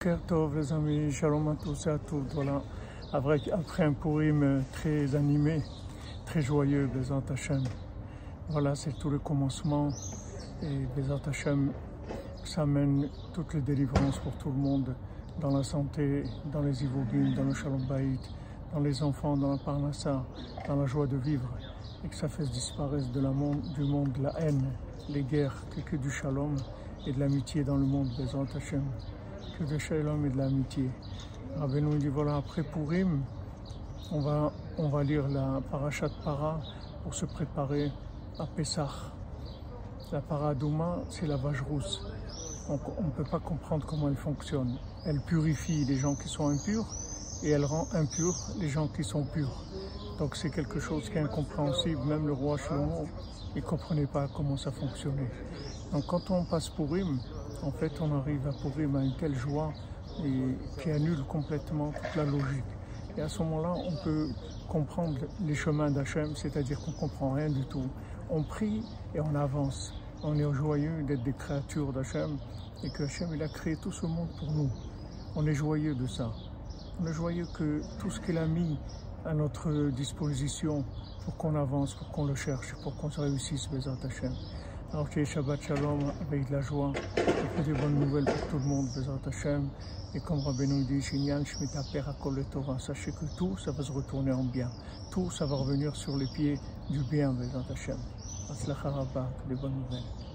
Boker Tov les amis, shalom à tous et à toutes. Voilà, après un Purim très animé, très joyeux, Bezat Hashem. Voilà, c'est tout le commencement et Bezat Hashem, ça amène toutes les délivrances pour tout le monde, dans la santé, dans les ivogim, dans le shalom bayit, dans les enfants, dans la parnassa, dans la joie de vivre, et que ça fasse disparaître du monde la haine, les guerres, que du shalom et de l'amitié dans le monde, Bezat Hashem, que de shalom et de l'amitié. Rabbeinu dit voilà, après Purim, on va lire la parashat Para pour se préparer à Pessah. La Para Adouma, c'est la vache rousse. On ne peut pas comprendre comment elle fonctionne. Elle purifie les gens qui sont impurs et elle rend impurs les gens qui sont purs. Donc c'est quelque chose qui est incompréhensible. Même le roi Shlomo, il ne comprenait pas comment ça fonctionnait. Donc quand on passe Purim, en fait on arrive à Purim à une telle joie et qui annule complètement toute la logique. Et à ce moment-là, on peut comprendre les chemins d'Hachem, c'est-à-dire qu'on ne comprend rien du tout. On prie et on avance. On est joyeux d'être des créatures d'Hachem et que Hachem il a créé tout ce monde pour nous. On est joyeux de ça. On est joyeux que tout ce qu'il a mis à notre disposition pour qu'on avance, pour qu'on le cherche, pour qu'on se réussisse, Bezat Hashem. Alors qu'il y ait Shabbat Shalom avec de la joie, et des bonnes nouvelles pour tout le monde, Bezat Hashem. Et comme Rabbeinu dit, Shinyan Shmita Pera Kol Torah, sachez que tout, ça va se retourner en bien. Tout, ça va revenir sur les pieds du bien, Bezat Hashem. Atzlacha Rabba, des bonnes nouvelles.